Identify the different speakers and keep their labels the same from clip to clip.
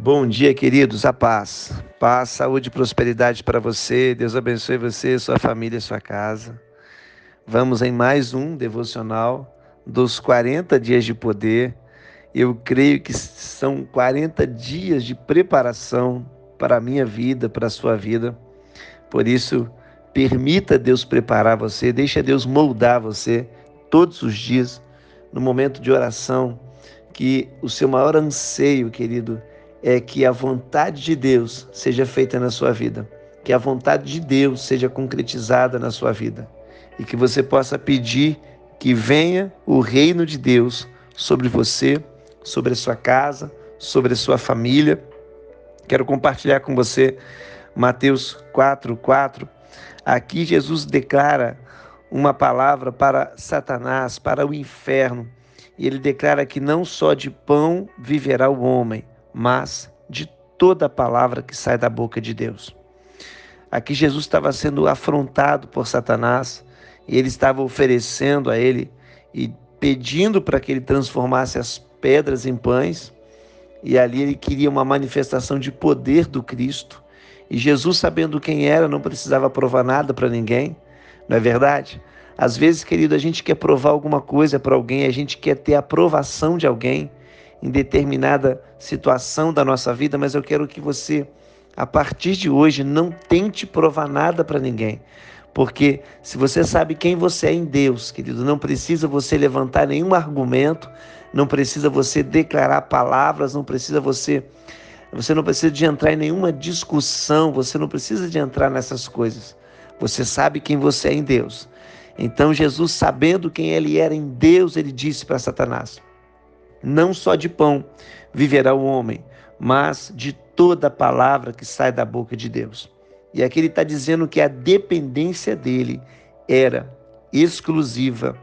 Speaker 1: Bom dia, queridos, a paz. Paz, saúde e prosperidade para você. Deus abençoe você, sua família e sua casa. Vamos em mais um devocional dos 40 dias de poder. Eu creio que são 40 dias de preparação para a minha vida, para a sua vida. Por isso, permita Deus preparar você, deixa Deus moldar você todos os dias, no momento de oração, que o seu maior anseio, querido, é que a vontade de Deus seja feita na sua vida, que a vontade de Deus seja concretizada na sua vida e que você possa pedir que venha o reino de Deus sobre você, sobre a sua casa, sobre a sua família. Quero compartilhar com você Mateus 4:4. Aqui Jesus declara uma palavra para Satanás, para o inferno. E ele declara que não só de pão viverá o homem, mas de toda a palavra que sai da boca de Deus. Aqui Jesus estava sendo afrontado por Satanás, e ele estava oferecendo a ele e pedindo para que ele transformasse as pedras em pães, e ali ele queria uma manifestação de poder do Cristo. E Jesus, sabendo quem era, não precisava provar nada para ninguém, não é verdade? Às vezes, querido, a gente quer provar alguma coisa para alguém, a gente quer ter a aprovação de alguém em determinada situação da nossa vida, mas eu quero que você, a partir de hoje, não tente provar nada para ninguém. Porque se você sabe quem você é em Deus, querido, não precisa você levantar nenhum argumento, não precisa você declarar palavras, você não precisa de entrar em nenhuma discussão, você não precisa de entrar nessas coisas. Você sabe quem você é em Deus. Então Jesus, sabendo quem ele era em Deus, ele disse para Satanás: não só de pão viverá o homem, mas de toda a palavra que sai da boca de Deus. E aqui ele está dizendo que a dependência dele era exclusiva,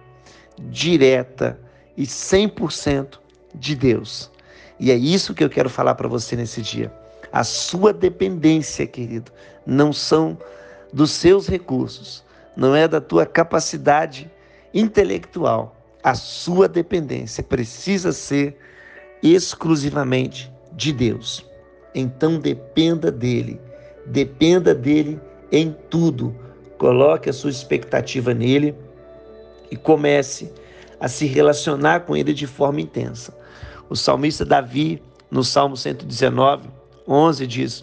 Speaker 1: direta e 100% de Deus. E é isso que eu quero falar para você nesse dia. A sua dependência, querido, não são dos seus recursos, não é da tua capacidade intelectual. A sua dependência precisa ser exclusivamente de Deus. Então dependa dele em tudo. Coloque a sua expectativa nele e comece a se relacionar com ele de forma intensa. O salmista Davi, no Salmo 119:11, diz: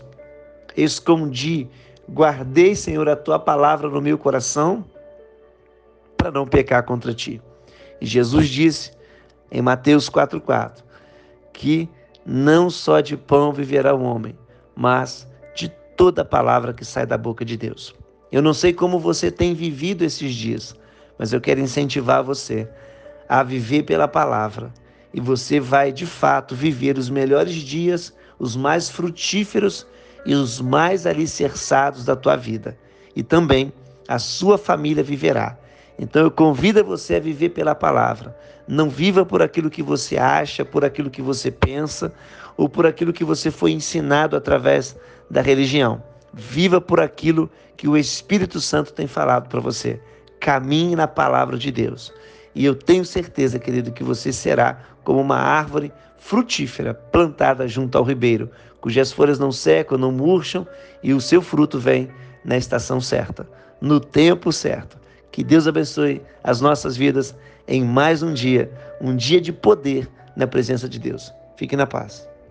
Speaker 1: guardei, Senhor, a tua palavra no meu coração para não pecar contra ti. E Jesus disse em Mateus 4:4 que não só de pão viverá o homem, mas de toda a palavra que sai da boca de Deus. Eu não sei como você tem vivido esses dias, mas eu quero incentivar você a viver pela palavra. E você vai, de fato, viver os melhores dias, os mais frutíferos e os mais alicerçados da tua vida. E também a sua família viverá. Então eu convido você a viver pela palavra. Não viva por aquilo que você acha, por aquilo que você pensa, ou por aquilo que você foi ensinado através da religião. Viva por aquilo que o Espírito Santo tem falado para você. Caminhe na palavra de Deus. E eu tenho certeza, querido, que você será como uma árvore frutífera plantada junto ao ribeiro, cujas folhas não secam, não murcham, e o seu fruto vem na estação certa, no tempo certo. Que Deus abençoe as nossas vidas em mais um dia de poder na presença de Deus. Fique na paz.